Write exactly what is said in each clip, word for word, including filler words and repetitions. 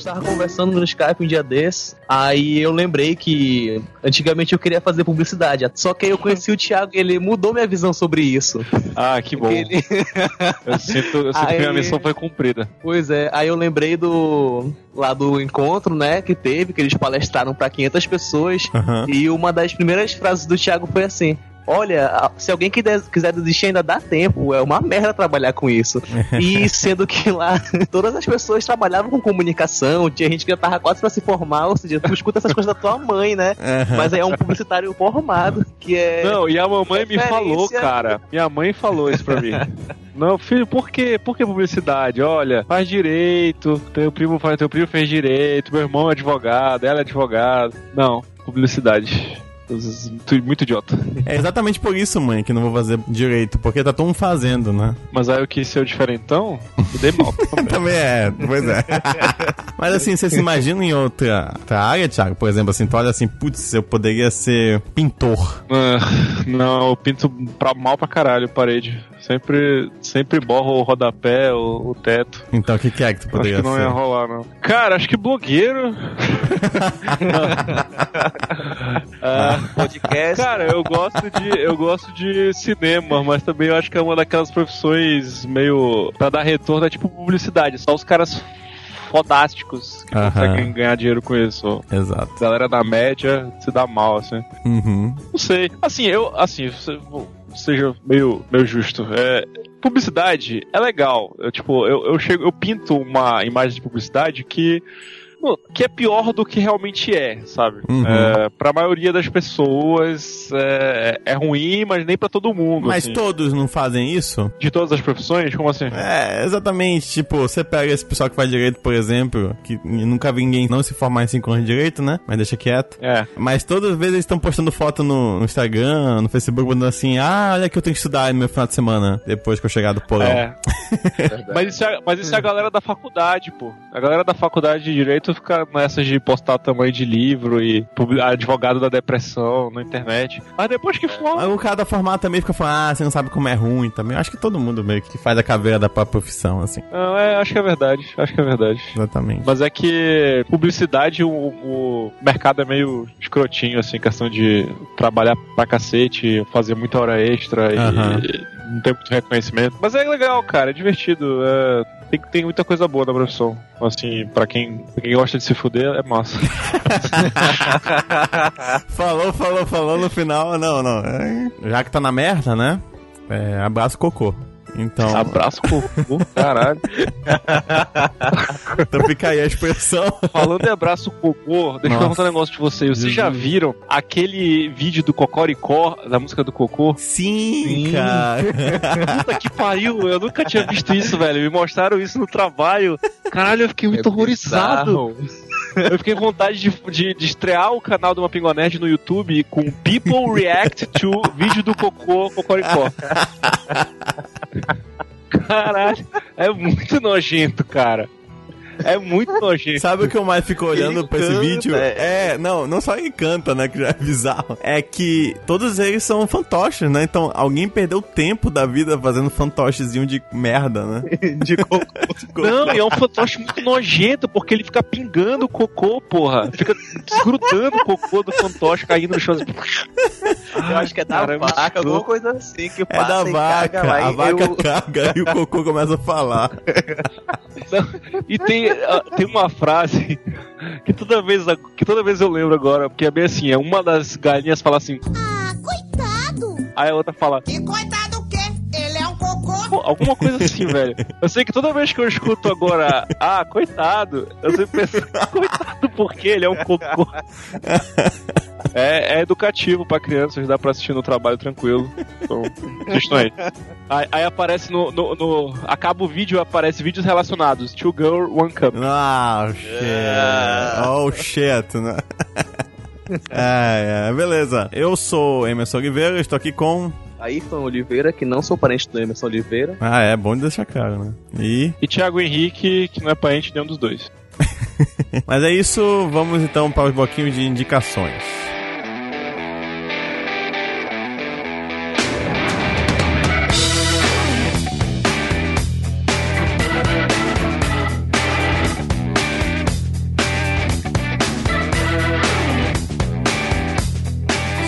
estava conversando no Skype um dia desses, aí eu lembrei que antigamente eu queria fazer publicidade, só que aí eu conheci o Thiago e ele mudou minha visão sobre isso. Ah, que bom. Ele... eu sinto, eu sinto aí... que minha missão foi cumprida. Pois é, aí eu lembrei do... lá do encontro, né, que teve, que eles palestraram pra quinhentas pessoas, uhum. E uma das primeiras frases do Thiago foi assim: olha, se alguém quiser desistir ainda dá tempo, é uma merda trabalhar com isso. E sendo que lá todas as pessoas trabalhavam com comunicação, tinha gente que já tava quase pra se formar, ou seja, tu escuta essas coisas da tua mãe, né? Uhum. Mas aí é um publicitário formado, que é... Não, e a mamãe me falou, cara, minha mãe falou isso pra mim. Não, filho, por quê? Por que publicidade? Olha, faz direito, teu primo, faz, teu primo fez direito, meu irmão é advogado, ela é advogada. Não, publicidade. Muito idiota. É exatamente por isso, mãe, que não vou fazer direito, porque tá todo mundo fazendo, né? Mas aí eu quis ser o diferentão, me dei mal. Também. também é, pois é. Mas assim, você se imagina em outra, outra área, Thiago? Por exemplo, assim, tu olha assim, putz, eu poderia ser pintor. Uh, não, eu pinto pra, mal pra caralho parede. Sempre, sempre borro o rodapé, o, o teto. Então, o que, que é que tu poderia ser? Acho que não ser? ia rolar, não. Cara, acho que blogueiro. ah, podcast. Cara, eu gosto de eu gosto de cinema, mas também eu acho que é uma daquelas profissões meio... pra dar retorno, é tipo publicidade. Só os caras fodásticos que uh-huh. conseguem ganhar dinheiro com isso. Exato. A galera da média se dá mal, assim. Uhum. Não sei. Assim, eu... Assim, seja meio, meio justo. É, publicidade é legal. Eu, tipo, eu, eu, chego, eu pinto uma imagem de publicidade que... que é pior do que realmente é, sabe? Uhum. É, pra maioria das pessoas é, é ruim, mas nem pra todo mundo. Mas assim. Todos não fazem isso? De todas as profissões? Como assim? É, exatamente. Tipo, você pega esse pessoal que faz direito, por exemplo, que nunca vi ninguém não se formar em cinco anos de direito, né? Mas deixa quieto. É. Mas todas as vezes eles estão postando foto no, no Instagram, no Facebook, mandando assim: ah, olha que eu tenho que estudar no meu final de semana, depois que eu chegar do porão. É. mas, isso é mas isso é a galera da faculdade, pô. A galera da faculdade de direito fica nessas de postar tamanho de livro e advogado da depressão na internet. Mas depois que for... Aí o cara da formada também fica falando: ah, você não sabe como é ruim também. Eu acho que todo mundo meio que faz a caveira da própria profissão, assim. Não, é, acho que é verdade. Acho que é verdade. Exatamente. Mas é que publicidade, o, o mercado é meio escrotinho, assim, questão de trabalhar pra cacete, fazer muita hora extra e... Uhum. Não tem muito reconhecimento. Mas é legal, cara, é divertido. É, tem, tem muita coisa boa na profissão. Assim, pra quem, pra quem gosta de se fuder, é massa. falou, falou, falou no final. Não, não. Já que tá na merda, né? É, abraço cocô. Então... Abraço cocô, caralho. Então fica aí a expressão. Falando em abraço cocô, deixa Nossa. eu perguntar um negócio de vocês. Vocês já viram aquele vídeo do Cocoricó, da música do Cocô? Sim, Sim. cara. Puta que pariu, eu nunca tinha visto isso, velho. Me mostraram isso no trabalho. Caralho, eu fiquei muito é horrorizado. Eu fiquei com vontade de, de, de estrear o canal do Mapinguá Nerd no YouTube com People React to vídeo do Cocô Cocoricó. Caralho, é muito nojento, cara. É muito nojento. Sabe o que eu mais fico olhando ele pra esse canta, vídeo? É... é, não, não só ele canta, né, que já é bizarro. É que todos eles são fantoches, né? Então alguém perdeu tempo da vida fazendo fantochezinho de merda, né? De cocô. Não, e é um fantoche muito nojento, porque ele fica pingando o cocô, porra. Fica desgrudando o cocô do fantoche, caindo no chão. Eu acho que é da cara, vaca, alguma coisa assim que passa. É da vaca, lá, a vaca eu... caga e o cocô começa a falar. Não, e tem, tem uma frase que toda, vez, que toda vez eu lembro agora, porque é bem assim, é uma das galinhas fala assim: ah, coitado! Aí a outra fala: que coitado o quê? Ele é um cocô? Pô, alguma coisa assim, velho. Eu sei que toda vez que eu escuto agora, ah, coitado, eu sempre penso, coitado porque ele é um cocô. É, é educativo pra crianças, dá pra assistir no trabalho tranquilo. Então, assistam aí. Aí, aí aparece no, no, no... Acaba o vídeo, aparece vídeos relacionados. Two Girl, One Cup. Ah, oh, shit. Yeah. Oh, shit, né? é, é, beleza. Eu sou Emerson Oliveira, estou aqui com... Ayrton Oliveira, que não sou parente do Emerson Oliveira. Ah, é bom de deixar claro, né? E... E Thiago Henrique, que não é parente de nenhum dos dois. Mas é isso, vamos então para os bloquinhos de indicações.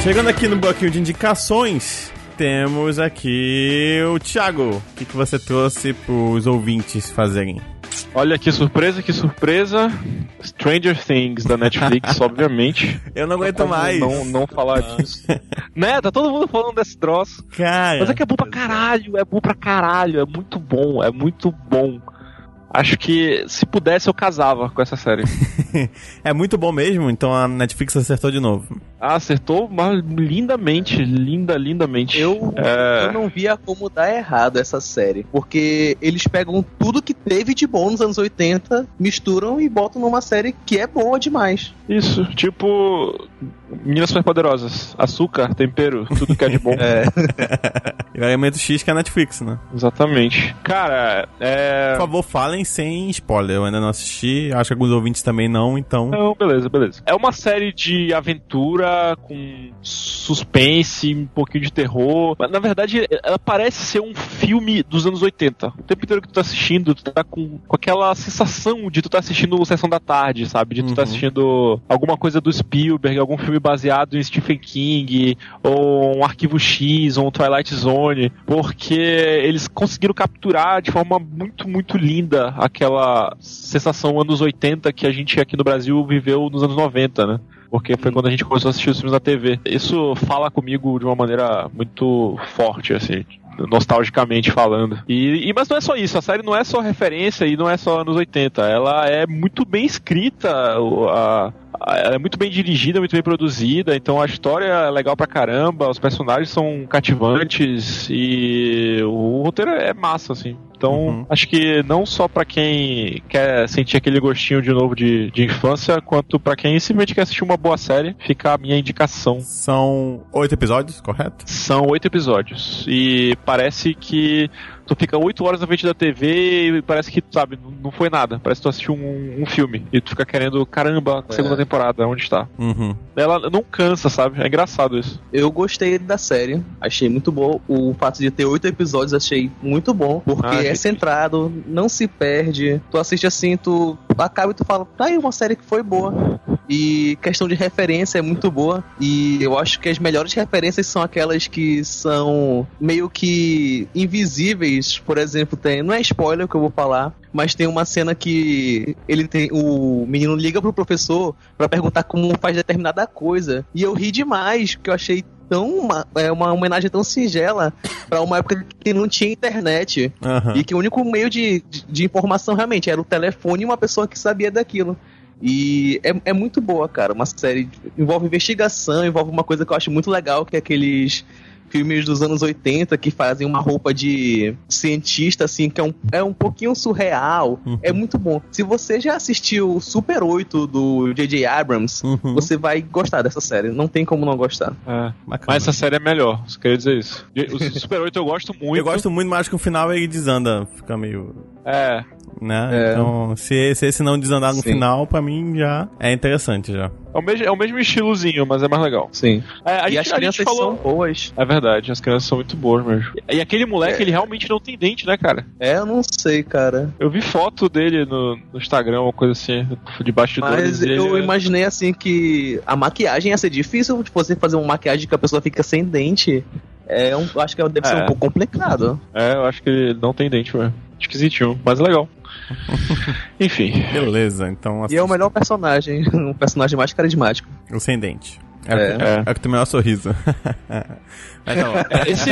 Chegando aqui no bloquinho de indicações, temos aqui o Thiago. O que, que você trouxe pros ouvintes fazerem? Olha que surpresa, que surpresa. Stranger Things da Netflix, obviamente. Eu não aguento mais. Não, não falar disso. Né? Tá todo mundo falando desse troço. Cara. Mas é que é bom pra caralho, é bom pra caralho, é muito bom, é muito bom. Acho que se pudesse eu casava com essa série. É muito bom mesmo, então a Netflix acertou de novo. Ah, acertou mas lindamente, linda, lindamente. Eu, é... eu não via como dar errado essa série, porque eles pegam tudo que teve de bom nos anos oitenta, misturam e botam numa série que é boa demais. Isso, tipo Meninas Superpoderosas, açúcar, tempero, tudo que é de bom. É. E o elemento X que é a Netflix, né? Exatamente. Cara, é... Por favor, falem sem spoiler, eu ainda não assisti, acho que alguns ouvintes também não, então... Não, beleza, beleza. É uma série de aventura com suspense, um pouquinho de terror, mas na verdade ela parece ser um filme dos anos oitenta. O tempo inteiro que tu tá assistindo, tu tá com, com aquela sensação de tu tá assistindo Sessão da Tarde, sabe? De tu uhum. tá assistindo alguma coisa do Spielberg, algum filme baseado em Stephen King, ou um Arquivo X, ou um Twilight Zone, porque eles conseguiram capturar de forma muito, muito linda aquela sensação anos oitenta que a gente aqui no Brasil viveu nos anos noventa, né? Porque foi quando a gente começou a assistir os filmes na T V. Isso fala comigo de uma maneira muito forte, assim, nostalgicamente falando. E, e, mas não é só isso, a série não é só referência e não é só anos oitenta, ela é muito bem escrita, a, a, ela é muito bem dirigida, muito bem produzida, então a história é legal pra caramba, os personagens são cativantes e o roteiro é massa, assim. Então, uhum. acho que não só pra quem quer sentir aquele gostinho de novo de, de infância, quanto pra quem simplesmente quer assistir uma boa série, fica a minha indicação. São oito episódios, correto? São oito episódios. E parece que tu fica oito horas na frente da T V e parece que, sabe, não foi nada. Parece que tu assistiu um, um filme. E tu fica querendo, caramba, segunda é. temporada, onde está? Uhum. Ela não cansa, sabe? É engraçado isso. Eu gostei da série, achei muito bom. O fato de ter oito episódios achei muito bom, porque ah, é centrado, não se perde. Tu assiste assim, tu acaba e tu fala, tá aí uma série que foi boa. E questão de referência é muito boa. E eu acho que as melhores referências são aquelas que são meio que invisíveis. Por exemplo, tem, não é spoiler o que eu vou falar, mas tem uma cena que ele tem, o menino liga pro professor pra perguntar como faz determinada coisa. E eu ri demais, porque eu achei tão uma, é uma homenagem tão singela pra uma época que não tinha internet. Uhum. E que o único meio de, de, de informação realmente era o telefone e uma pessoa que sabia daquilo. E é, é muito boa, cara. Uma série envolve investigação, envolve uma coisa que eu acho muito legal, que é aqueles filmes dos anos oitenta que fazem uma roupa de cientista, assim, que é um, é um pouquinho surreal. Uhum. É muito bom. Se você já assistiu Super oito do J J Abrams, uhum. você vai gostar dessa série. Não tem como não gostar. É, mas essa série é melhor, você queria dizer isso. O Super oito eu gosto muito. Eu gosto muito, mas acho que no final ele desanda. Fica meio... É. Né? É. Então, se, se esse não desandar no Sim. final, pra mim já é interessante já. É o mesmo, é o mesmo estilozinho, mas é mais legal. Sim. É, a e gente, as crianças falou... são boas. É verdade, as crianças são muito boas mesmo. E aquele moleque, é. ele realmente não tem dente, né, cara? É, eu não sei, cara. Eu vi foto dele no, no Instagram, uma coisa assim, de bastidores. Mas eu é... imaginei, assim, que a maquiagem ia ser difícil de você fazer uma maquiagem que a pessoa fica sem dente. É um, acho que deve é. ser um pouco complicado. É, eu acho que ele não tem dente mesmo. Esquisitinho, mas legal. Enfim. Beleza, então... Assiste. E é o melhor personagem, um personagem mais carismático. O sem dente. É, é. é. é o que tem o melhor sorriso. Então, esse...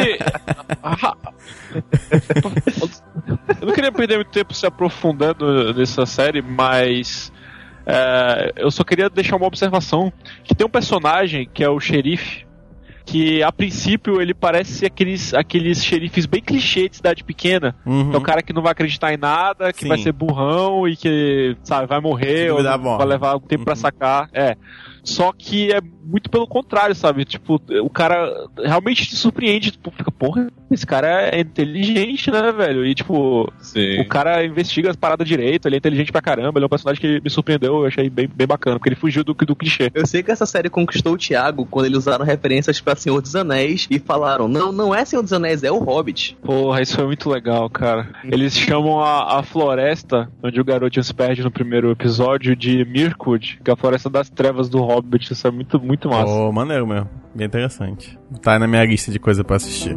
Eu não queria perder muito tempo se aprofundando nessa série, mas... É, eu só queria deixar uma observação, que tem um personagem que é o xerife, que a princípio ele parece ser aqueles, aqueles xerifes bem clichê de cidade pequena. Uhum. Que é o cara que não vai acreditar em nada, que Sim. vai ser burrão e que, sabe, vai morrer ou vai levar um tempo uhum. pra sacar. É. Só que é muito pelo contrário, sabe? Tipo, o cara realmente te surpreende. Tipo, fica, porra, esse cara é inteligente, né, velho? E, tipo, Sim. o cara investiga as paradas direito, ele é inteligente pra caramba, ele é um personagem que me surpreendeu, eu achei bem, bem bacana, porque ele fugiu do, do clichê. Eu sei que essa série conquistou o Thiago quando eles usaram referências pra Senhor dos Anéis e falaram, não, não é Senhor dos Anéis, é o Hobbit. Porra, isso foi muito legal, cara. Eles chamam a, a floresta, onde o garoto se perde no primeiro episódio, de Mirkwood, que é a floresta das trevas do Hobbit. Hobbit, isso é muito, muito massa. Oh, maneiro mesmo. Bem interessante. Tá aí na minha lista de coisa pra assistir.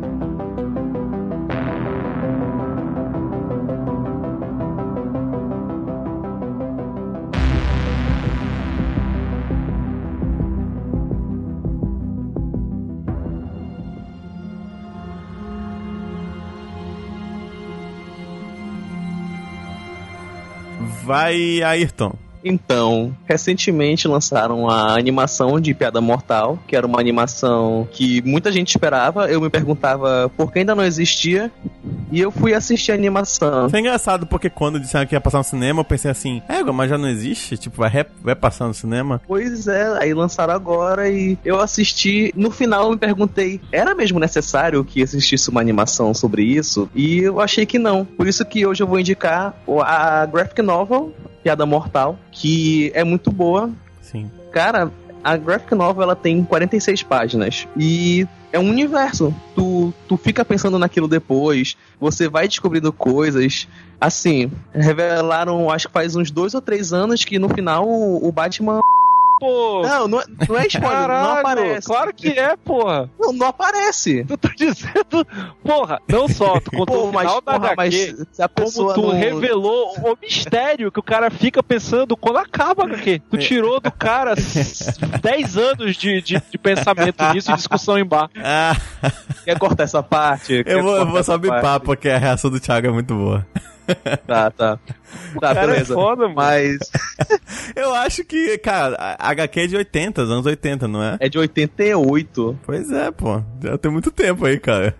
Vai, Ayrton. Então, recentemente lançaram a animação de Piada Mortal, que era uma animação que muita gente esperava. Eu me perguntava por que ainda não existia, e eu fui assistir a animação. Foi engraçado, porque quando disseram que ia passar no cinema, eu pensei assim, é, mas já não existe? Tipo, vai, rep- vai passar no cinema? Pois é, aí lançaram agora e eu assisti. No final eu me perguntei, era mesmo necessário que existisse uma animação sobre isso? E eu achei que não. Por isso que hoje eu vou indicar a graphic novel, Piada Mortal, que é muito boa. Sim. Cara, a graphic novel ela tem quarenta e seis páginas e é um universo. Tu, tu fica pensando naquilo depois, você vai descobrindo coisas. Assim, revelaram, acho que faz uns dois ou três anos que no final o, o Batman... Pô, Não, não, não é spoiler, caralho, não aparece. Claro que é, porra. Não, não aparece. Tu tá dizendo... Porra, não só, tu contou Pô, o mas, final da porra, H Q, mas se a como pessoa tu não... revelou o mistério que o cara fica pensando quando acaba a H Q. Tu tirou do cara dez anos de, de, de pensamento nisso e discussão em bar. Ah, Quer cortar essa parte? eu vou, eu vou só bipar, bipar, porque a reação do Thiago é muito boa. Tá, tá. Tá, Cara, beleza. é foda, mano. Mas Eu acho que, cara, a H Q é de oitenta, anos oitenta, não é? é de oitenta e oito. Pois é, pô. Já tem muito tempo aí, cara.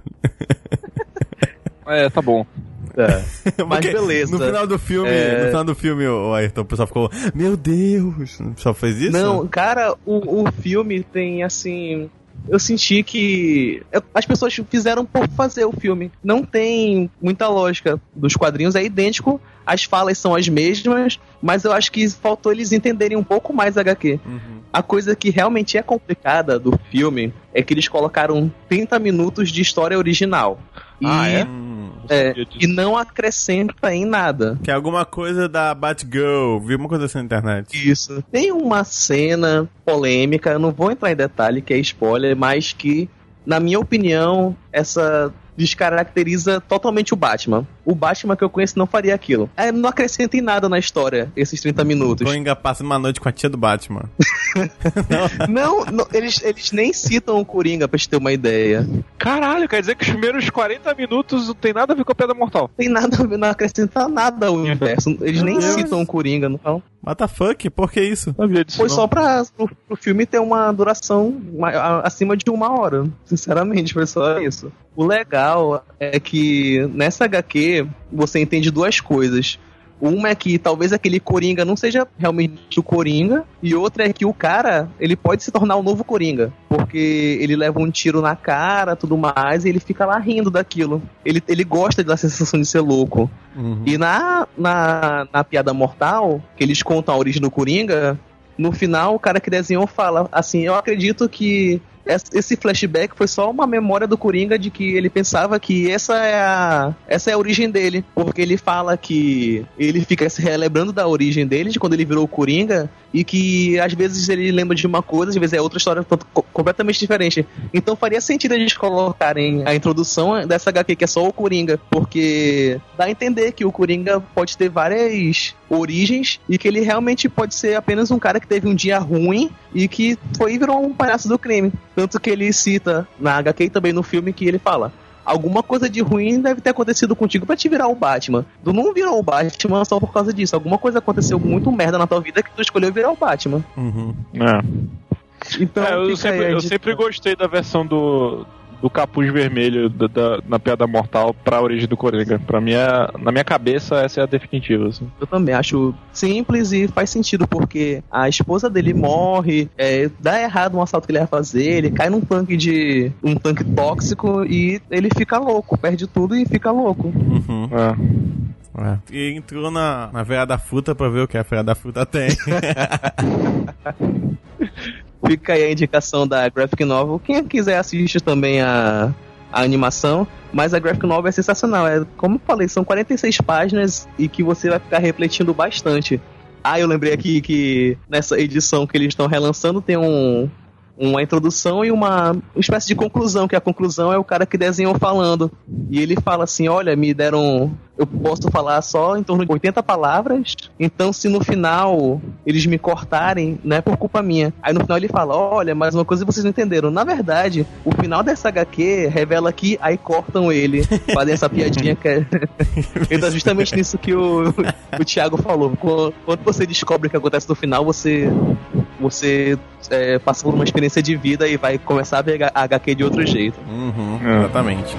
É, tá bom. É. Mas Porque beleza. No final do filme, É. no final do filme, o Ayrton, o pessoal ficou, meu Deus, o pessoal fez isso? Não, cara, o, o filme tem assim. Eu senti que as pessoas fizeram por fazer o filme. Não tem muita lógica. Dos quadrinhos é idêntico, as falas são as mesmas, mas eu acho que faltou eles entenderem um pouco mais a H Q. Uhum. A coisa que realmente é complicada do filme é que eles colocaram trinta minutos de história original. E, Ah, é? Hum, é, sabia disso. e não acrescenta em nada. que é alguma coisa da Batgirl, vi uma coisa assim na internet. Isso. Tem uma cena polêmica, eu não vou entrar em detalhe, que é spoiler, mas que, na minha opinião, essa descaracteriza totalmente o Batman. O Batman que eu conheço não faria aquilo. É, não acrescenta em nada na história, esses trinta minutos. Coringa passa uma noite com a tia do Batman. Não, não, eles, eles nem citam o Coringa, pra gente ter uma ideia. Caralho, quer dizer que os primeiros quarenta minutos não tem nada a ver com a Piada Mortal. Tem nada a ver, não acrescenta nada ao universo. Eles nem Deus. citam o Coringa, não falam. What the fuck? Por que isso? Sabia disso, Foi não. só pra pro, pro filme ter uma duração ma- a- acima de uma hora. Sinceramente, foi só isso. O legal é que nessa H Q você entende duas coisas. Uma é que talvez aquele Coringa não seja realmente o Coringa, e outra é que o cara, ele pode se tornar o novo Coringa, porque ele leva um tiro na cara, tudo mais, e ele fica lá rindo daquilo. Ele, ele gosta da sensação de ser louco. Uhum. E na, na, na Piada Mortal, que eles contam a origem do Coringa, no final o cara que desenhou fala assim, eu acredito que esse flashback foi só uma memória do Coringa de que ele pensava que essa é a, essa é a origem dele, porque ele fala que ele fica se relembrando da origem dele, de quando ele virou o Coringa, e que às vezes ele lembra de uma coisa, às vezes é outra história completamente diferente. Então faria sentido a gente colocarem a introdução dessa H Q que é só o Coringa, porque dá a entender que o Coringa pode ter várias origens e que ele realmente pode ser apenas um cara que teve um dia ruim e que foi e virou um palhaço do crime. Tanto que ele cita na H Q e também no filme que ele fala: alguma coisa de ruim deve ter acontecido contigo pra te virar o Batman. Tu não virou o Batman só por causa disso. Alguma coisa aconteceu muito merda na tua vida que tu escolheu virar o Batman. Uhum. É. Então, É, eu fica sempre, aí a eu dica. sempre gostei da versão do, do capuz vermelho da, da- na Piada Mortal pra origem do Coringa. Pra mim, é, na minha cabeça, essa é a definitiva. Assim. Eu também acho simples e faz sentido, porque a esposa dele morre, é, dá errado um assalto que ele ia fazer, ele cai num tanque de. um tanque tóxico e ele fica louco, perde tudo e fica louco. Uhum. É. É. E entrou na, na Feira da Fruta pra ver o que a Feira da Fruta tem. Fica aí a indicação da Graphic Novel. Quem quiser assiste também a, a animação, mas a Graphic Novel é sensacional. É, como eu falei, são quarenta e seis páginas e que você vai ficar refletindo bastante. Ah, eu lembrei aqui que nessa edição que eles estão relançando tem um... uma introdução e uma, uma espécie de conclusão, que a conclusão é o cara que desenhou falando. E ele fala assim, olha, me deram... eu posso falar só em torno de oitenta palavras, então se no final eles me cortarem, não é por culpa minha. Aí no final ele fala, olha, mas uma coisa vocês não entenderam. Na verdade, o final dessa agá quê revela que aí cortam ele, fazem essa piadinha que é... então justamente nisso que o, o Thiago falou. Quando você descobre o que acontece no final, você... você é, passa por uma experiência de vida e vai começar a ver a agá quê de outro jeito. Uhum, exatamente.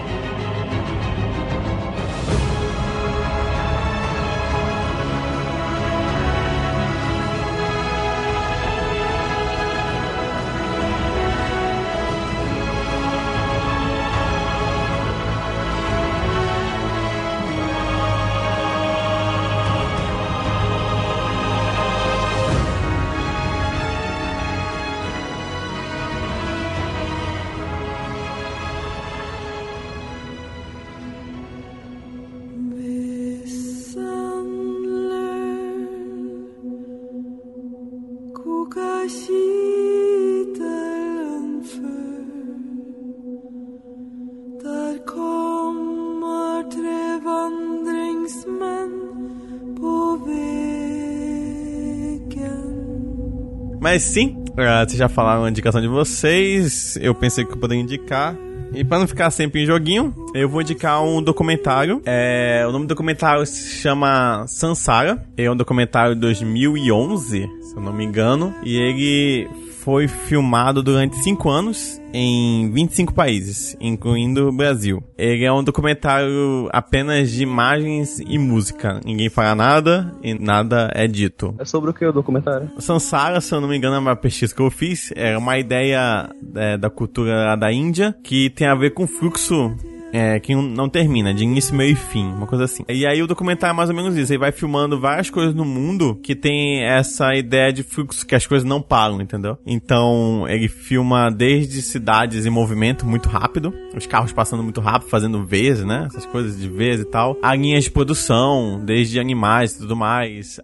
Mas sim, vocês já falaram a indicação de vocês, eu pensei que eu poderia indicar. E pra não ficar sempre em joguinho, eu vou indicar um documentário. É, o nome do documentário se chama Sansara. É um documentário de dois mil e onze, se eu não me engano. E ele foi filmado durante cinco anos em vinte e cinco países, incluindo o Brasil. Ele é um documentário apenas de imagens e música. Ninguém fala nada e nada é dito. É sobre o que o documentário? Sansara, se eu não me engano, é uma pesquisa que eu fiz. É uma ideia é, da cultura da Índia que tem a ver com fluxo É, que não termina, de início, meio e fim, uma coisa assim. E aí o documentário é mais ou menos isso, ele vai filmando várias coisas no mundo que tem essa ideia de fluxo, que as coisas não param, entendeu? Então, ele filma desde cidades em movimento muito rápido, os carros passando muito rápido, fazendo Vs, né? Essas coisas de Vs e tal. A linhas de produção, desde animais e tudo mais,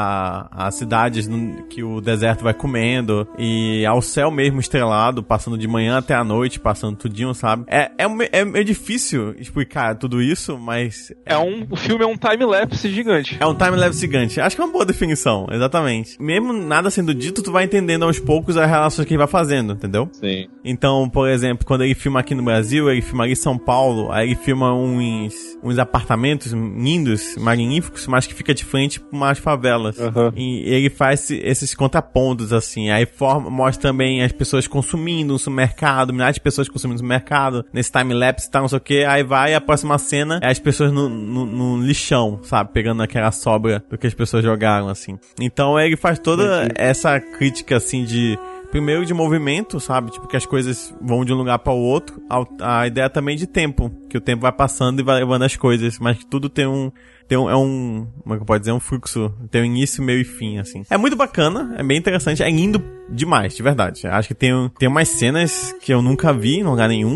a, a cidades no, que o deserto vai comendo, e ao céu mesmo estrelado, passando de manhã até a noite, passando tudinho, sabe? É, é, é, é difícil explicar tudo isso, mas... É um, o filme é um time-lapse gigante. É um time-lapse gigante. Acho que é uma boa definição, exatamente. Mesmo nada sendo dito, tu vai entendendo aos poucos as relações que ele vai fazendo, entendeu? Sim. Então, por exemplo, quando ele filma aqui no Brasil, ele filma ali em São Paulo, aí ele filma uns, uns apartamentos lindos, magníficos, mas que fica de frente para umas favelas. Uhum. E ele faz esses contrapontos, assim. Aí forma, mostra também as pessoas consumindo no supermercado, milhares de pessoas consumindo no mercado, nesse time-lapse e tal, não sei o que, aí vai, a próxima cena é as pessoas no, no, no lixão, sabe, pegando aquela sobra do que as pessoas jogaram, assim. Então ele faz toda essa crítica, assim, de primeiro de movimento, sabe, tipo, que as coisas vão de um lugar para o outro, a, a ideia também de tempo, que o tempo vai passando e vai levando as coisas, mas que tudo tem um Tem um, é um, como é que pode dizer, um fluxo, tem um início, meio e fim, assim. É muito bacana, é bem interessante, é lindo demais, de verdade. Acho que tem, tem umas cenas que eu nunca vi em lugar nenhum,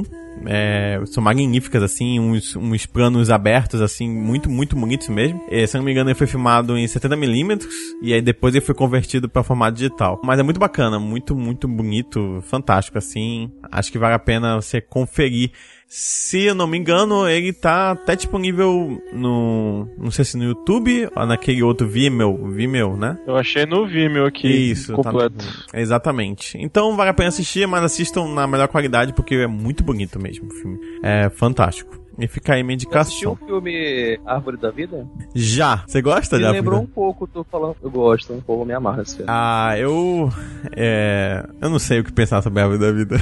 é, são magníficas, assim, uns, uns planos abertos, assim, muito, muito bonitos mesmo. E, se eu não me engano, ele foi filmado em setenta milímetros, e aí depois ele foi convertido para formato digital. Mas é muito bacana, muito, muito bonito, fantástico, assim. Acho que vale a pena você conferir. Se eu não me engano, ele tá até disponível no... não sei se no YouTube ou naquele outro Vimeo, Vimeo, né? Eu achei no Vimeo aqui, isso, completo. Tá, exatamente. Então vale a pena assistir, mas assistam na melhor qualidade, porque é muito bonito mesmo o filme. É fantástico. E fica aí minha indicação. Você assistiu o filme Árvore da Vida? Já. Você gosta de Árvore? Me lembrou um pouco, tô falando. Eu gosto, um pouco me amarra esse filme. Ah, eu... É... Eu não sei o que pensar sobre a Árvore da Vida.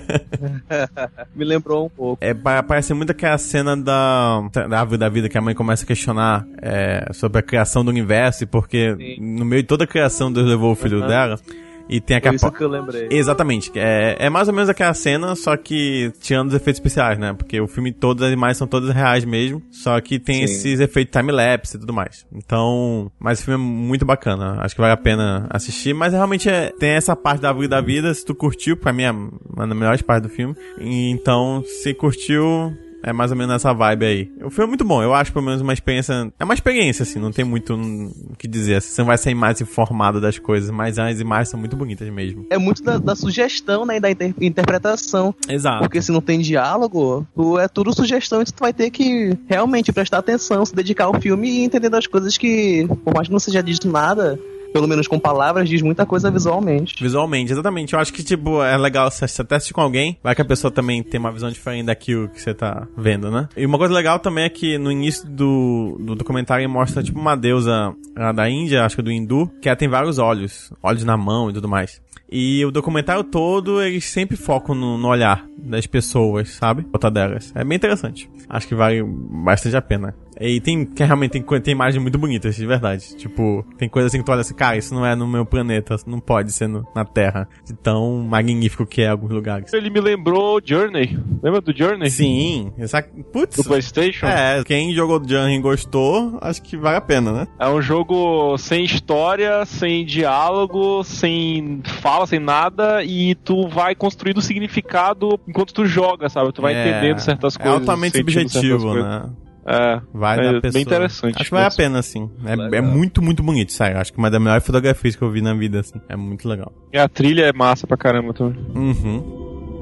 Me lembrou um pouco. É, parece muito aquela cena da, da Árvore da Vida, que a mãe começa a questionar é, sobre a criação do universo, porque Sim. no meio de toda a criação Deus levou o filho uhum. dela. E tem aquela... Foi isso que eu lembrei. Exatamente. É, é mais ou menos aquela cena, só que tirando os efeitos especiais, né? Porque o filme, todas as imagens são todas reais mesmo, só que tem Sim. esses efeitos time-lapse e tudo mais. Então, mas o filme é muito bacana. Acho que vale a pena assistir, mas realmente é, tem essa parte da Árvore da Vida, se tu curtiu, pra mim é uma das melhores partes do filme. E, então, se curtiu... É mais ou menos essa vibe aí. O filme é muito bom, eu acho pelo menos uma experiência... É uma experiência, assim, não tem muito o que dizer. Você não vai sair mais informado das coisas, mas as imagens são muito bonitas mesmo. É muito da, da sugestão, né, e da inter- interpretação. Exato. Porque se não tem diálogo, tu, é tudo sugestão, então tu vai ter que realmente prestar atenção, se dedicar ao filme e entender das coisas que, por mais que não seja dito nada... Pelo menos com palavras, diz muita coisa visualmente. Visualmente, exatamente. Eu acho que, tipo, é legal se você até assistir com alguém, vai que a pessoa também tem uma visão diferente daquilo que você tá vendo, né? E uma coisa legal também é que no início do, do documentário mostra, tipo, uma deusa da Índia, acho que do hindu, que ela tem vários olhos, olhos na mão e tudo mais. E o documentário todo, eles sempre focam no, no olhar das pessoas, sabe? Outra delas. É bem interessante. Acho que vale bastante a pena. E tem, que realmente tem, tem imagens muito bonitas, de verdade. Tipo, tem coisa assim que tu olha assim, cara, isso não é no meu planeta, não pode ser no, na Terra. De tão magnífico que é alguns lugares. Ele me lembrou Journey. Lembra do Journey? Sim. Essa, putz. Do PlayStation? É, quem jogou Journey e gostou, acho que vale a pena, né? É um jogo sem história, sem diálogo, sem fala, sem nada, e tu vai construindo significado enquanto tu joga, sabe? Tu vai é, entendendo certas coisas. É altamente subjetivo, né? É, vai é da pessoa. Bem interessante. Acho que vale a pena, assim. É, é muito, muito bonito, sério. Acho que uma das melhores fotografias que eu vi na vida, assim. É muito legal. E a trilha é massa pra caramba também. Uhum.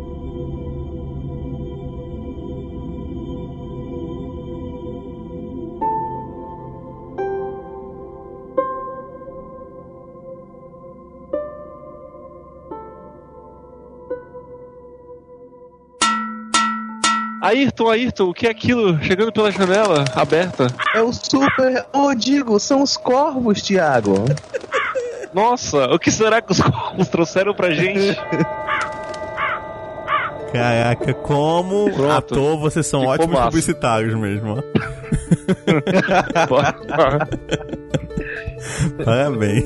Ayrton, Ayrton, o que é aquilo chegando pela janela aberta? É o super... Oh, digo, são os corvos, Thiago. Nossa, o que será que os corvos trouxeram pra gente? Caraca, como Pronto. Ator, vocês são Ficou ótimos massa. Publicitários mesmo, ó. Parabéns.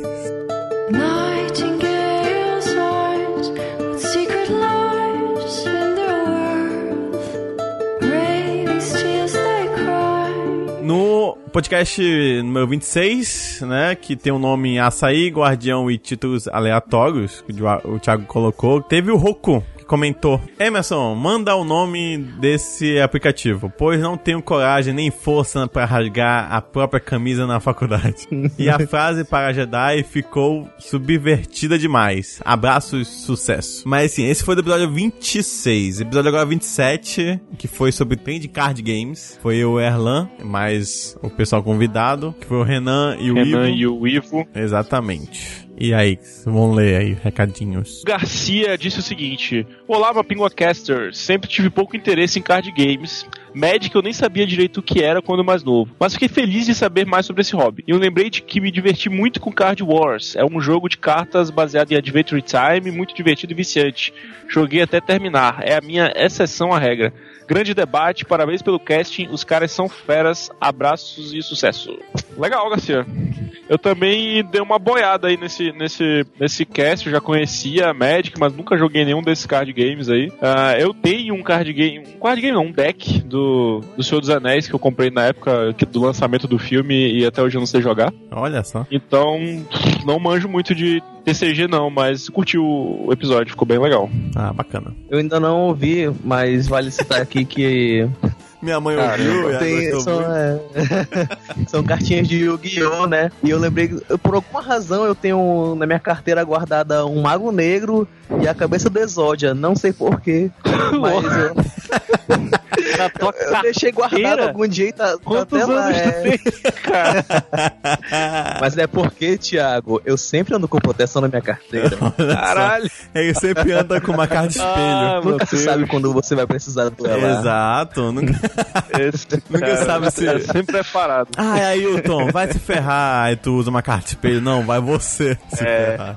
No podcast número vinte e seis, né, que tem o nome Açaí, Guardião e Títulos Aleatórios, que o Thiago colocou, teve o Roku, que comentou: Emerson, manda o nome desse aplicativo, pois não tenho coragem nem força pra rasgar a própria camisa na faculdade. E a frase para Jedi ficou subvertida demais. Abraços, sucesso. Mas assim, esse foi do episódio vinte e seis. Episódio agora vinte e sete, que foi sobre Trend Card Games. Foi o Erlan, mais o pessoal convidado, que foi o Renan e o Ivo. Renan e o Ivo. Exatamente. E aí, vamos ler aí, recadinhos. Garcia disse o seguinte: olá, Mapinguacaster, sempre tive pouco interesse em card games. Magic eu nem sabia direito o que era quando mais novo, mas fiquei feliz de saber mais sobre esse hobby. E eu lembrei de que me diverti muito com Card Wars. É um jogo de cartas baseado em Adventure Time, muito divertido e viciante. Joguei até terminar, é a minha exceção à regra. Grande debate, parabéns pelo casting, os caras são feras, abraços e sucesso. Legal, Garcia. Eu também dei uma boiada aí nesse, nesse, nesse cast, eu já conhecia a Magic, mas nunca joguei nenhum desses card games aí. Uh, eu tenho um card game, um card game não, um deck do, do Senhor dos Anéis que eu comprei na época do lançamento do filme e até hoje eu não sei jogar. Olha só. Então, não manjo muito de T C G não, mas curti o episódio, ficou bem legal. Ah, bacana. Eu ainda não ouvi, mas vale citar aqui que... Minha mãe ouviu, tem, são, é, são cartinhas de Yu-Gi-Oh, né? E eu lembrei, por alguma razão eu tenho na minha carteira guardada um Mago Negro e a cabeça do Exódia, não sei porquê, mas eu, na tua eu deixei guardado algum jeito Quantos até lá, anos é... tem, cara? Mas é porque, Thiago, eu sempre ando com proteção na minha carteira. Caralho! Ele sempre anda com uma cara de espelho. Ah, nunca se sabe quando você vai precisar dela. Exato, nunca... Esse nunca cara, sabe se... É sempre preparado. Ah, é Ailton, vai se ferrar. Aí tu usa uma carta de espelho. Não, vai você se é. ferrar.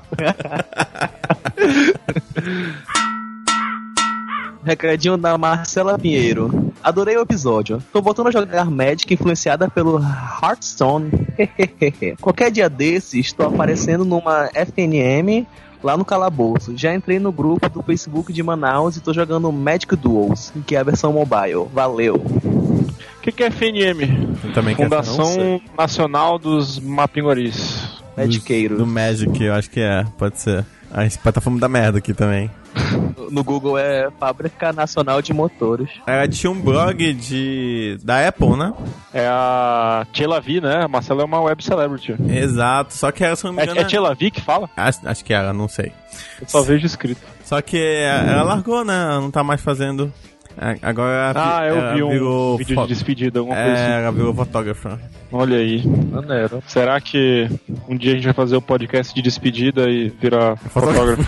Recadinho da Marcela Pinheiro. Adorei o episódio. Tô voltando a jogar Magic influenciada pelo Hearthstone. Qualquer dia desses, estou aparecendo numa F N M lá no calabouço. Já entrei no grupo do Facebook de Manaus e tô jogando Magic Duels, que é a versão mobile. Valeu. O que, que é F N M? Eu também Fundação Nacional dos Mapinguaris. Magiqueiros. Do Magic, eu acho que é. Pode ser. A plataforma da merda aqui também. No Google é Fábrica Nacional de Motores. Ela tinha um blog de da Apple, né? É a Tia Lavi, né? A Marcela é uma web celebrity. Exato, só que ela, se não me engano... É, é Tia Lavi que fala? Acho, acho que era, não sei. Eu só vejo escrito. Só que ela largou, né? Ela não tá mais fazendo... Agora ah, eu ela vi um virou vídeo fo... de despedida, alguma é, coisa assim. Ela virou fotógrafa. Olha aí. Maneiro. Será que um dia a gente vai fazer o um podcast de despedida e virar fotógrafo?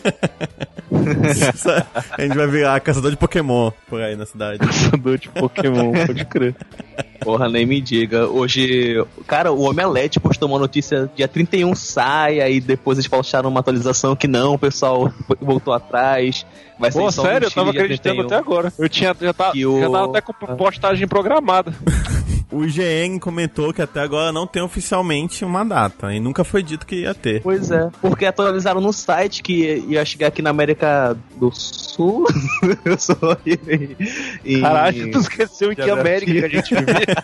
A gente vai virar caçador de Pokémon por aí na cidade. Caçador de Pokémon, pode crer. Porra, nem me diga. Hoje, cara, o Omelete postou uma notícia, dia trinta e um sai, aí depois eles postaram uma atualização que não, o pessoal voltou atrás. Vai Pô, ser sério? Eu tava acreditando até agora. Eu tinha, já, tá, o... já tava até com postagem programada. O I G N comentou que até agora não tem oficialmente uma data, e nunca foi dito que ia ter. Pois é, porque atualizaram no site que ia chegar aqui na América do Sul. Eu sou e... Caralho, tu esqueceu em que América que a gente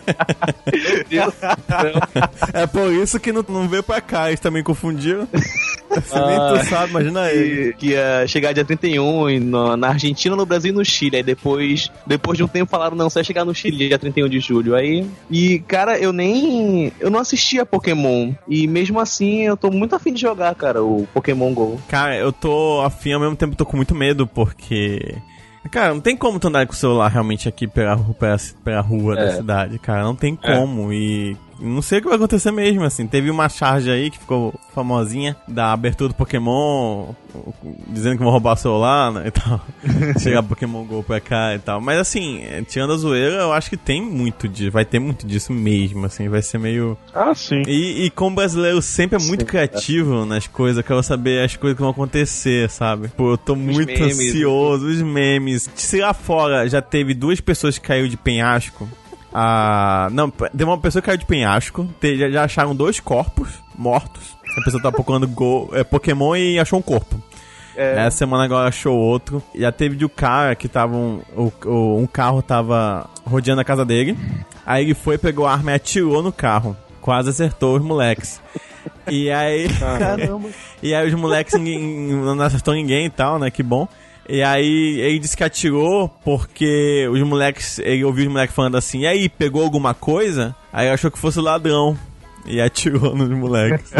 vive. Meu Deus do céu. É por isso que não, não veio pra cá, eles também confundiram. Você ah, nem tu sabe, imagina ele. Que ia chegar dia trinta e um no, na Argentina, no Brasil e no Chile. Aí depois, depois de um tempo falaram, não, você vai chegar no Chile dia trinta e um de julho. Aí, e cara, eu nem... Eu não assistia Pokémon. E mesmo assim, eu tô muito afim de jogar, cara, o Pokémon GO. Cara, eu tô afim, ao mesmo tempo tô com muito medo, porque... Cara, não tem como tu andar com o celular realmente aqui pela, pela, pela rua é. da cidade, cara. Não tem como. É. E não sei o que vai acontecer mesmo, assim. Teve uma charge aí que ficou famosinha da abertura do Pokémon, dizendo que vão roubar o celular, né, e tal. Chegar Pokémon GO pra cá e tal. Mas assim, tirando a zoeira, eu acho que tem muito disso. Vai ter muito disso mesmo, assim. Vai ser meio... Ah, sim. E, e como brasileiro sempre é muito sim, criativo é. nas coisas, eu quero saber as coisas que vão acontecer, sabe? Pô, eu tô os muito memes, ansioso. Os memes. Se lá fora já teve duas pessoas que caiu de penhasco... Ah, não, teve uma pessoa que caiu de penhasco. te, já, já acharam dois corpos mortos. A pessoa tá procurando go, é, Pokémon e achou um corpo. É. Essa semana agora achou outro. Já teve de um cara que tava um, o, um carro tava rodeando a casa dele. Aí ele foi, pegou a arma e atirou no carro. Quase acertou os moleques. E aí Caramba. E aí os moleques ninguém, não acertou ninguém e tal, né, que bom. E aí ele disse que atirou porque os moleques, ele ouviu os moleques falando assim, e aí, pegou alguma coisa? Aí achou que fosse ladrão e atirou nos moleques.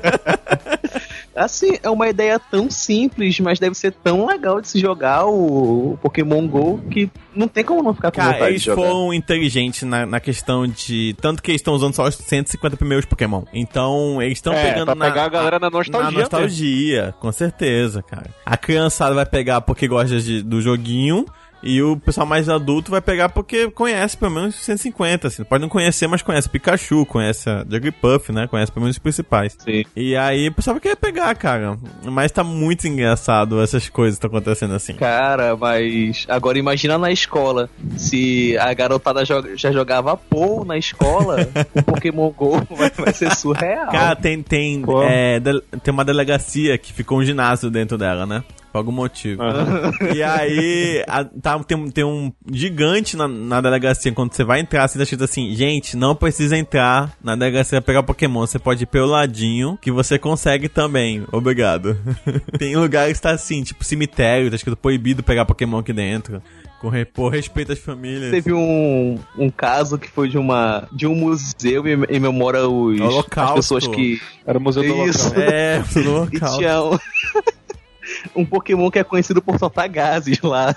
Assim, é uma ideia tão simples, mas deve ser tão legal de se jogar o Pokémon GO que não tem como não ficar com Cara, vontade eles de jogar. foram inteligentes na, na questão de... Tanto que eles estão usando só os cento e cinquenta primeiros Pokémon. Então, eles estão é, pegando pra na... pegar a galera na nostalgia. Na nostalgia, mesmo. Com certeza, cara. A criançada vai pegar porque gosta de, do joguinho... E o pessoal mais adulto vai pegar porque conhece pelo menos cento e cinquenta, assim. Pode não conhecer, mas conhece Pikachu, conhece a Jigglypuff, né? Conhece pelo menos os principais. Sim. E aí o pessoal vai querer pegar, cara. Mas tá muito engraçado essas coisas que estão acontecendo assim. Cara, mas agora imagina na escola. Se a garotada joga, já jogava Pou na escola, o Pokémon GO vai, vai ser surreal. Cara, tem, tem, é, de, tem uma delegacia que ficou um ginásio dentro dela, né? Por algum motivo. Uhum. E aí, a, tá, tem, tem um gigante na, na delegacia. Quando você vai entrar, você tá escrito assim: gente, não precisa entrar na delegacia pra pegar Pokémon. Você pode ir pelo ladinho, que você consegue também. Obrigado. Tem lugares que tá assim, tipo cemitério, tá escrito proibido pegar Pokémon aqui dentro. Com por respeito às famílias. Teve um, um caso que foi de uma de um museu em, em memória aos as pessoas que... Era o Museu do Isso. Local. É, o Holocausto. E tinha um... um Pokémon que é conhecido por soltar gases lá.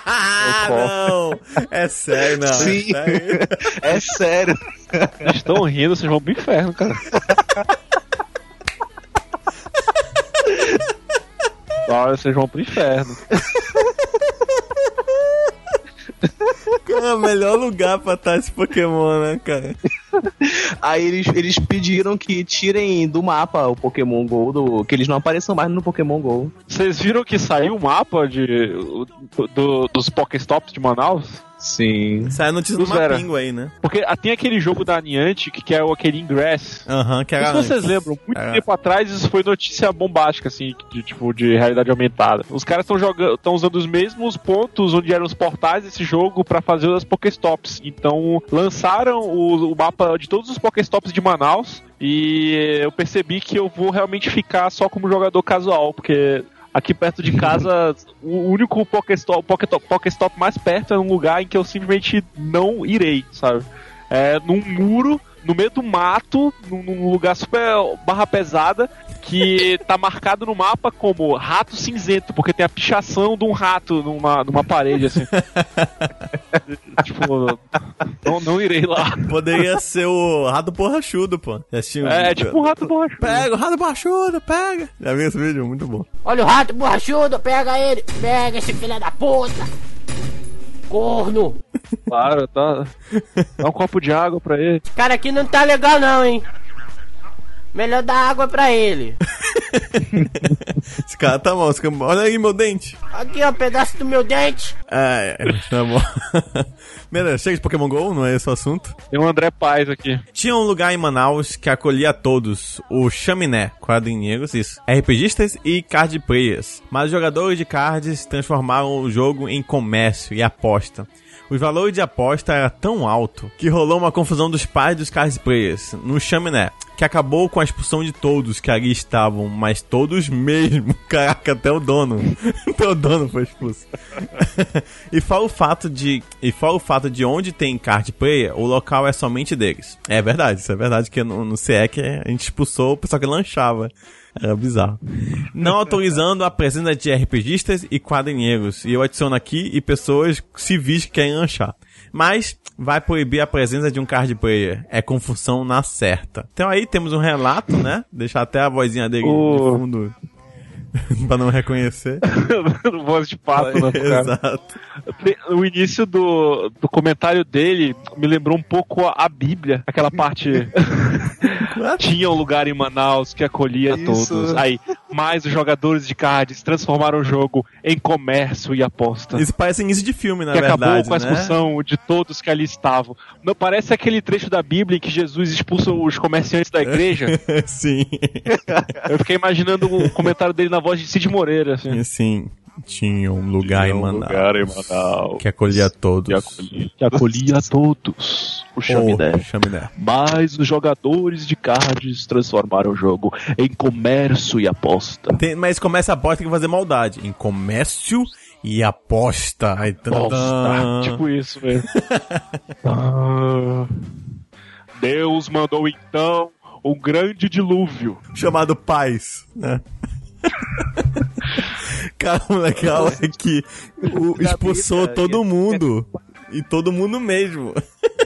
Não! É sério, não. Sim, é sério. Vocês estão rindo, vocês vão pro inferno, cara. Olha, vocês vão pro inferno. Cara, é o melhor lugar pra estar esse Pokémon, né, cara? Aí eles, eles pediram que tirem do mapa o Pokémon GO, do, que eles não apareçam mais no Pokémon GO. Vocês viram que saiu o mapa de, do, dos Pokéstops de Manaus? Sim. Sai a notícia do Mapingo aí, né? Porque tem aquele jogo da Niantic que é o aquele Ingress. Aham, uhum, que era. Não sei se vocês lembram, muito era. tempo atrás isso foi notícia bombástica, assim, de, tipo, de realidade aumentada. Os caras estão jogando, estão usando os mesmos pontos onde eram os portais desse jogo pra fazer as Pokéstops. Então, lançaram o, o mapa de todos os Pokéstops de Manaus e eu percebi que eu vou realmente ficar só como jogador casual, porque aqui perto de casa, o único Pokéstop, Pokéstop, Pokéstop mais perto é um lugar em que eu simplesmente não irei, sabe? É num muro, no meio do mato, num, num lugar super barra pesada, que tá marcado no mapa como rato cinzento, porque tem a pichação de um rato numa, numa parede, assim. Tipo, não, não irei lá. Poderia ser o rato borrachudo, pô. Um... É, é tipo um rato borrachudo. Pega o rato borrachudo, pega. Já viu esse vídeo? Muito bom. Olha o rato borrachudo, pega ele. Pega esse filho da puta. Corno. Claro, tá. Dá um copo de água pra ele. Cara, aqui não tá legal não, hein. Melhor dar água pra ele. Esse cara tá mal. Olha aí meu dente. Aqui, ó, um pedaço do meu dente. Ah, é, tá bom. Beleza, chega de Pokémon GO, não é esse o assunto. Tem um André Paz aqui. Tinha um lugar em Manaus que acolhia a todos, o Chaminé, quadrinheiros, isso, RPGistas e card players. Mas os jogadores de cards transformaram o jogo em comércio e aposta. Os valores de aposta era tão alto que rolou uma confusão dos pais dos card players no Chaminé, que acabou com a expulsão de todos que ali estavam, mas todos mesmo. Caraca, até o dono. Até o dono foi expulso. e fora o fato de E fora o fato de onde tem card player, o local é somente deles. É verdade, isso é verdade, que no, no C E C a gente expulsou o pessoal que lanchava. Era bizarro. Não autorizando a presença de RPGistas e quadrinheiros. E eu adiciono aqui e pessoas civis que querem lanchar. Mas vai proibir a presença de um card player. É confusão na certa. Então aí temos um relato, né? Deixar até a vozinha dele oh. de fundo pra não reconhecer. Voz de pato, né? Exato. O início do, do comentário dele me lembrou um pouco a, a Bíblia. Aquela parte... Tinha um lugar em Manaus que acolhia Isso. todos. Aí, mais os jogadores de cards transformaram o jogo em comércio e aposta. Isso parece início de filme, na que verdade, acabou com a né? expulsão de todos que ali estavam. Não parece aquele trecho da Bíblia em que Jesus expulsa os comerciantes da igreja? Sim. Eu fiquei imaginando o comentário dele na voz de Cid Moreira. Assim. Sim. Tinha um lugar, Tinha em, um Manaus, lugar em Manaus que acolhia todos. Que acolhia, que acolhia todos. O Chaminé. Oh, Chaminé. Mas os jogadores de cards transformaram o jogo em comércio e aposta. Tem, mas comércio e aposta tem que fazer maldade. Em comércio e aposta. Aí, aposta. Tipo isso mesmo. ah, Deus mandou então um grande dilúvio. Chamado Paz, né? Cara, o legal é que o, expulsou todo mundo. E todo mundo mesmo.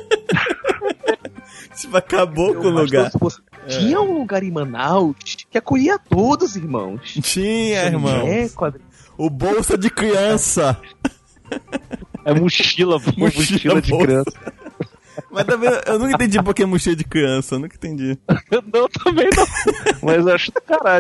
Tipo, acabou com o lugar. Tinha um lugar em Manaus que acolhia todos, irmãos. Tinha, irmãos. É, quadri... O bolsa de criança. É mochila, mochila, mochila de bolsa. criança. Mas também eu nunca entendi porque é mochila de criança. Eu nunca entendi. Eu não, também não. Mas eu acho do caralho.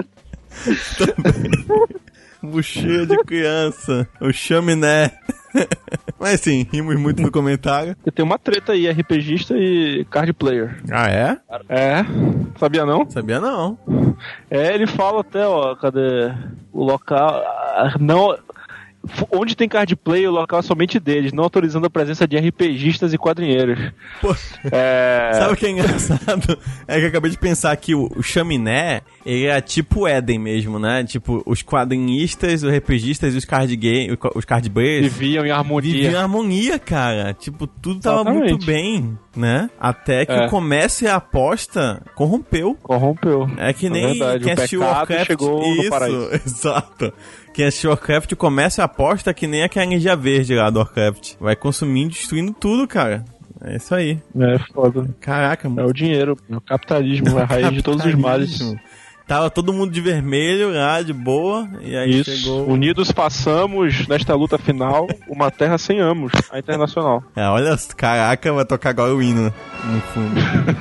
Mochila de criança. O Chaminé. Mas sim, rimos muito no comentário. Tem uma treta aí, RPGista e card player. Ah, é? É. Sabia não? Sabia não. É, ele fala até, ó, cadê o local... Não... Onde tem card play, o local é somente deles, não autorizando a presença de RPGistas e quadrinheiros. Pô, é... Sabe o que é engraçado? É que eu acabei de pensar que o, o Chaminé, ele é tipo Éden mesmo, né? Tipo, os quadrinistas, os RPGistas e os card game, os card players viviam em harmonia. Viviam em harmonia, cara. Tipo, tudo tava Exatamente. muito bem, né? Até que é. o comércio e a aposta corrompeu. Corrompeu. É que nem é quem assistiu Warcraft. Chegou Isso, no paraíso. Exato. Quem assistiu Warcraft, o comércio e a aposta que nem aquela energia verde lá do Warcraft. Vai consumindo, destruindo tudo, cara. É isso aí. É foda. Caraca, mano. É o dinheiro, é o capitalismo, é a raiz de todos os males. Tava todo mundo de vermelho lá, de boa, e aí Isso. chegou... Unidos passamos, nesta luta final, uma terra sem amos, a Internacional. É, olha, caraca, vai tocar agora o hino no fundo.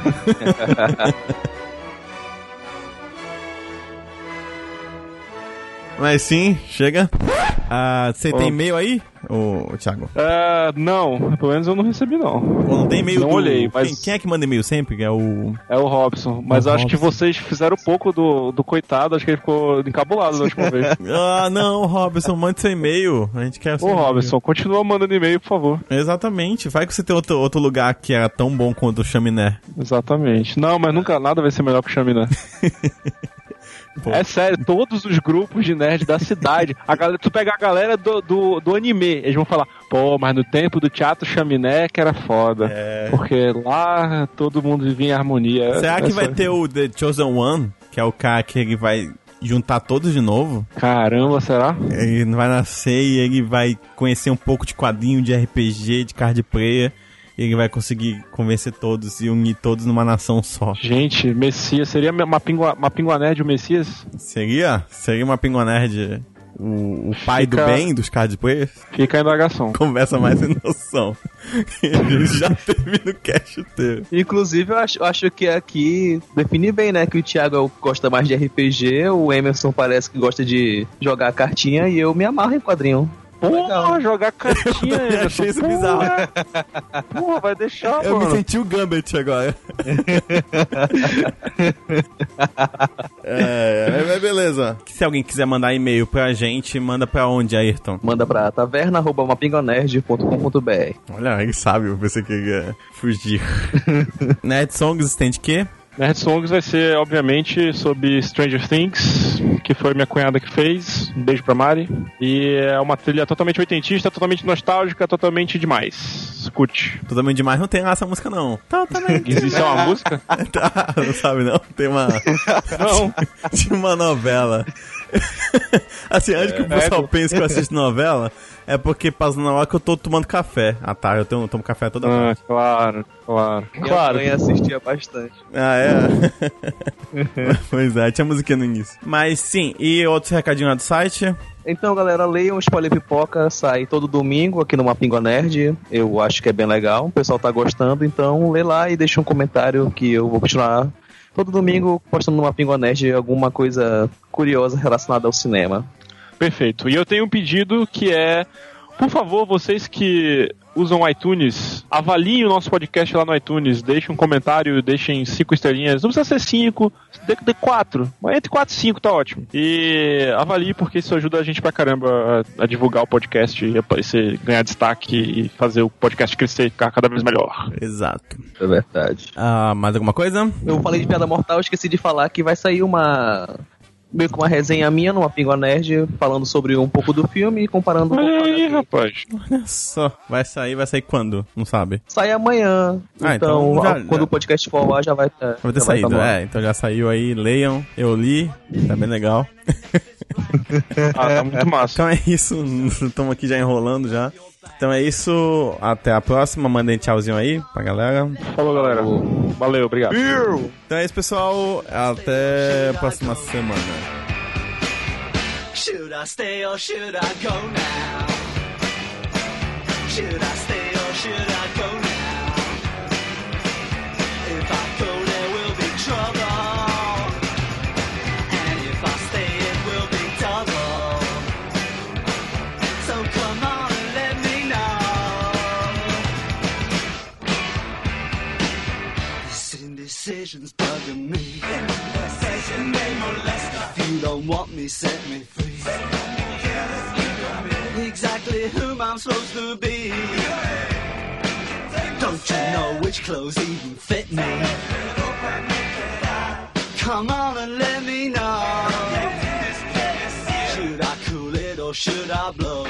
Mas sim, chega. Ah, você tem e-mail aí, ô, ô Thiago? Uh, não, pelo menos eu não recebi, não. Ou não tem e-mail Não do... olhei, mas... Quem, quem é que manda e-mail sempre? É o... É o Robson, mas o acho Robson. que vocês fizeram pouco do, do coitado, acho que ele ficou encabulado da última vez. Ah, não, Robson, mande seu e-mail. A gente quer... Ô, Robson, continua mandando e-mail, por favor. Exatamente, vai que você tem outro, outro lugar que era tão bom quanto o Chaminé. Exatamente. Não, mas nunca nada vai ser melhor que o Chaminé. Pô. É sério, todos os grupos de nerd da cidade, a galera, tu pega a galera do, do, do anime, eles vão falar, pô, mas no tempo do Teatro Chaminé que era foda. É. Porque lá todo mundo vivia em harmonia. Será que vai ter o The Chosen One, que é o cara que ele vai juntar todos de novo? Caramba, será? Ele vai nascer e ele vai conhecer um pouco de quadrinho, de R P G, de card player. E ele vai conseguir convencer todos e unir todos numa nação só. Gente, Messias, seria uma pingua, uma pingua nerd o Messias? Seria? Seria uma pingua nerd o, o pai Fica... do bem dos card players? Fica a indagação. Conversa mais sem noção. Ele já termina o cast inteiro. Inclusive, eu acho, eu acho que aqui define bem, né? Que o Thiago gosta mais de R P G, o Emerson parece que gosta de jogar cartinha e eu me amarro em quadrinho. Porra, jogar cartinha. Eu achei isso bizarro. Porra, vai deixar, eu mano. Eu me senti o Gambit agora. é, mas beleza. Se alguém quiser mandar e-mail pra gente, manda pra onde, Ayrton? Manda pra taverna arroba mapingonerd ponto com ponto b r. Olha, ele sabe, eu pensei que ele ia fugir. Nerd Songs tem de quê? Nerd Songs vai ser, obviamente, sobre Stranger Things, que foi minha cunhada que fez. Um beijo pra Mari. E é uma trilha totalmente oitentista, totalmente nostálgica, totalmente demais. Escute. Totalmente demais não tem lá essa música, não. Totalmente Existe demais. Uma música? Tá, não sabe não? Tem uma... Não. Tinha uma novela. Assim, antes é, que o pessoal é... pense que eu assisto novela, é porque passa na hora que eu tô tomando café. Ah tá, eu, tenho, eu tomo café toda hora. Ah, claro, claro. Minha claro. mãe assistia bastante. Ah, é? Pois é, tinha musiquinha no início. Mas sim, e outros recadinhos lá do site? Então, galera, leiam o Spoiler Pipoca, sai todo domingo aqui no Mapingua Nerd. Eu acho que é bem legal, o pessoal tá gostando, então lê lá e deixa um comentário que eu vou continuar todo domingo postando no Mapingua Nerd alguma coisa curiosa relacionada ao cinema. Perfeito. E eu tenho um pedido que é, por favor, vocês que usam iTunes, avaliem o nosso podcast lá no iTunes, deixem um comentário, deixem cinco estrelinhas, não precisa ser cinco, dê quatro, mas entre quatro e cinco tá ótimo. E avalie porque isso ajuda a gente pra caramba a, a divulgar o podcast, e aparecer, ganhar destaque e fazer o podcast crescer e ficar cada vez melhor. Exato. É verdade. Ah, mais alguma coisa? Eu falei de Piada Mortal, esqueci de falar que vai sair uma... meio que uma resenha minha no Mapingua Nerd, falando sobre um pouco do filme e comparando com o aí, rapaz. Olha só. Vai sair, vai sair quando? Não sabe? Sai amanhã. Ah, então, então já, quando já... o podcast for lá, já vai ter. Vai ter saído, vai é. Então já saiu aí, leiam. Eu li, tá bem legal. Ah, tá muito massa. Então é isso, estamos aqui já enrolando já. Então é isso, até a próxima, mandem tchauzinho aí pra galera. Falou, galera. Valeu, obrigado. Então é isso, pessoal, até a próxima semana. Should I stay or should I go now? Should I stay or should I go now? If I go there will be trouble, and if I stay it will be double. So come on and let me know. This indecision's bugging me. Indecision may molest us. If you don't want me, set me free. Exactly whom I'm supposed to be. Don't you know which clothes even fit me? Come on and let me know. Should I cool it or should I blow?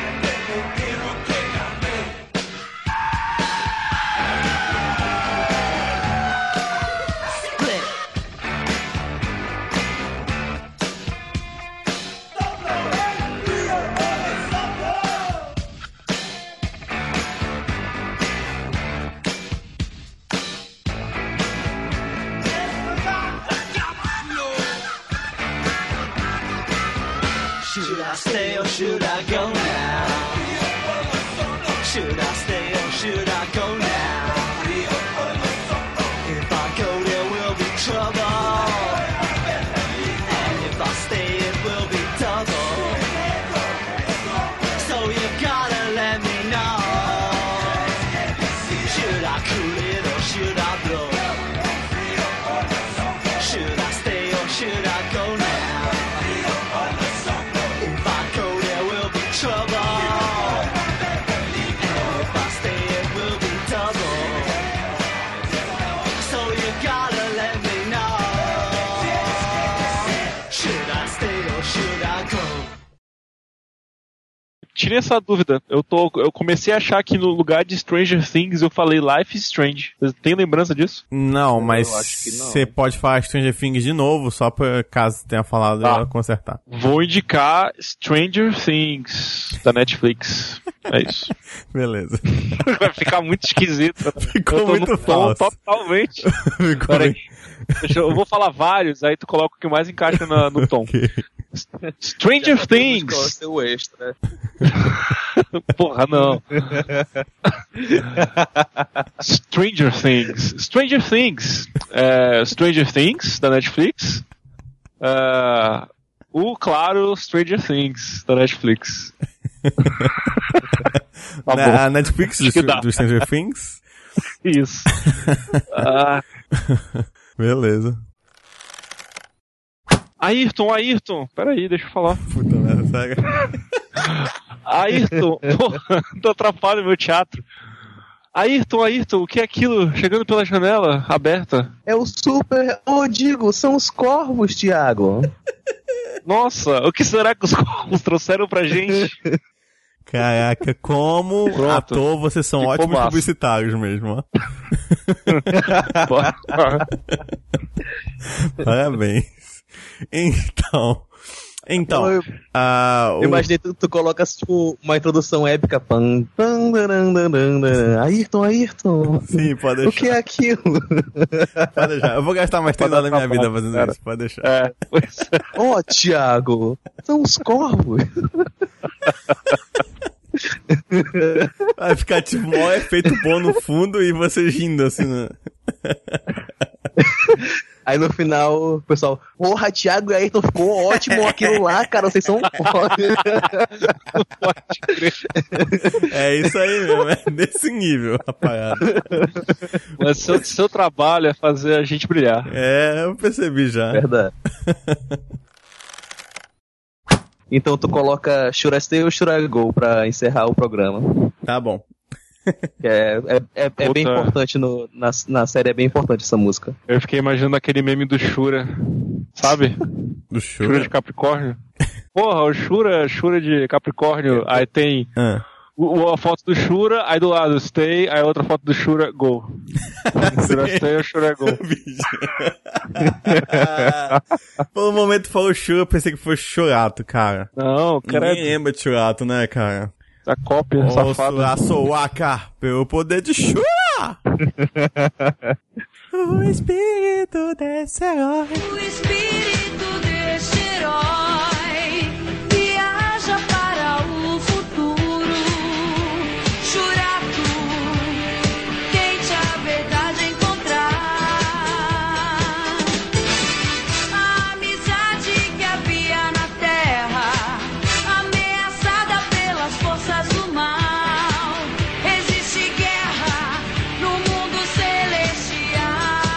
Should I stay or should I go now? Should I stay or should I go now? If I go there will be trouble, and if I stay it will be double. So you gotta let me know. Should I cool it or should I blow? Should I stay or should I go now? Trouble. And if tirem essa dúvida. Eu, tô, eu comecei a achar que no lugar de Stranger Things eu falei Life is Strange. Vocês têm lembrança disso? Não, mas você pode falar Stranger Things de novo, só pra caso tenha falado tá. ela consertar. Vou indicar Stranger Things da Netflix. É isso. Beleza. Vai ficar muito esquisito. Ficou eu tô muito no falso. Tom, totalmente. Ficou bem. Deixa eu, eu vou falar vários, aí tu coloca o que mais encaixa no, no tom. Okay. Stranger Já Things. Seu extra. Porra, não. Stranger Things. Stranger Things. É, Stranger Things da Netflix. É, o claro Stranger Things da Netflix. Tá Na, a Netflix do, do Stranger Things? Isso. Ah. Beleza. Ayrton, Ayrton, peraí, deixa eu falar. Puta merda, saga. Ayrton, porra, tu atrapalha o meu teatro. Ayrton, Ayrton, o que é aquilo chegando pela janela aberta? É o super. Ô, oh, digo, são os corvos, Thiago. Nossa, o que será que os corvos trouxeram pra gente? Caraca, como Pronto. ator vocês são Ficou ótimos massa. publicitários mesmo, ó. Parabéns. Então, então, eu, uh, eu imaginei tu, tu colocas tipo uma introdução épica. Pam, pam, Ayrton, Ayrton. Sim, pode deixar. O que é aquilo? Pode deixar. Eu vou gastar mais tempo da minha vida fazendo cara. isso. Pode deixar. É, Ó, oh, Thiago, são os corvos. Vai ficar tipo um efeito bom no fundo e você rindo assim, né? Aí no final, o pessoal, porra, Thiago e Ayrton, ficou ótimo aquilo lá, cara, vocês são foda. É isso aí mesmo, é nesse nível, rapaz. Mas seu, seu trabalho é fazer a gente brilhar. É, eu percebi já. Verdade. Então tu coloca Should I Stay ou Should I Go pra encerrar o programa. Tá bom. É, é, é, é bem importante no, na, na série, é bem importante essa música. Eu fiquei imaginando aquele meme do Shura, sabe? Do Shura? Shura de Capricórnio. Porra, o Shura, Shura de Capricórnio, aí tem ah. o, a foto do Shura, aí do lado Stay, aí outra foto do Shura, Go. Shura Stay ou Shura Go. Por um momento falou Shura, eu pensei que foi Churato, cara. Não, cara. Ninguém lembra de Churato, né, cara? A cópia, oh, safado. Soaca, pelo poder de Shura! O espírito desse herói. O espírito desse herói viaja para o futuro. Churato, tente a verdade encontrar. A amizade que havia na terra, ameaçada pelas forças do mal. Existe guerra no mundo celestial.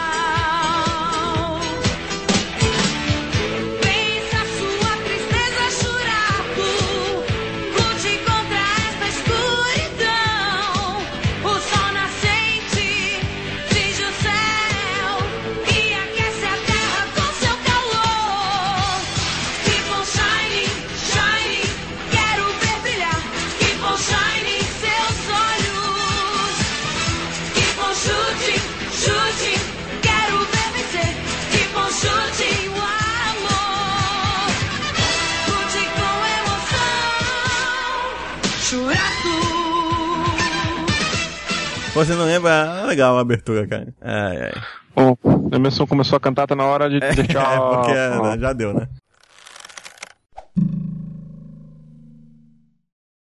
Pensa sua tristeza, Churato. Lute contra esta escuridão. O sol nascente cinge o céu e aquece a terra com seu calor. Keep on shining, shining, quero ver brilhar. Keep on shining seus olhos. Keep on shooting, shooting, quero ver vencer. Keep on shooting o amor. Lute com emoção, Churato. Você não lembra? Ah, legal a abertura, cara. Ai, ai. Bom, a Emerson começou a cantar, tá na hora de dizer tchau. É, porque é, já deu, né?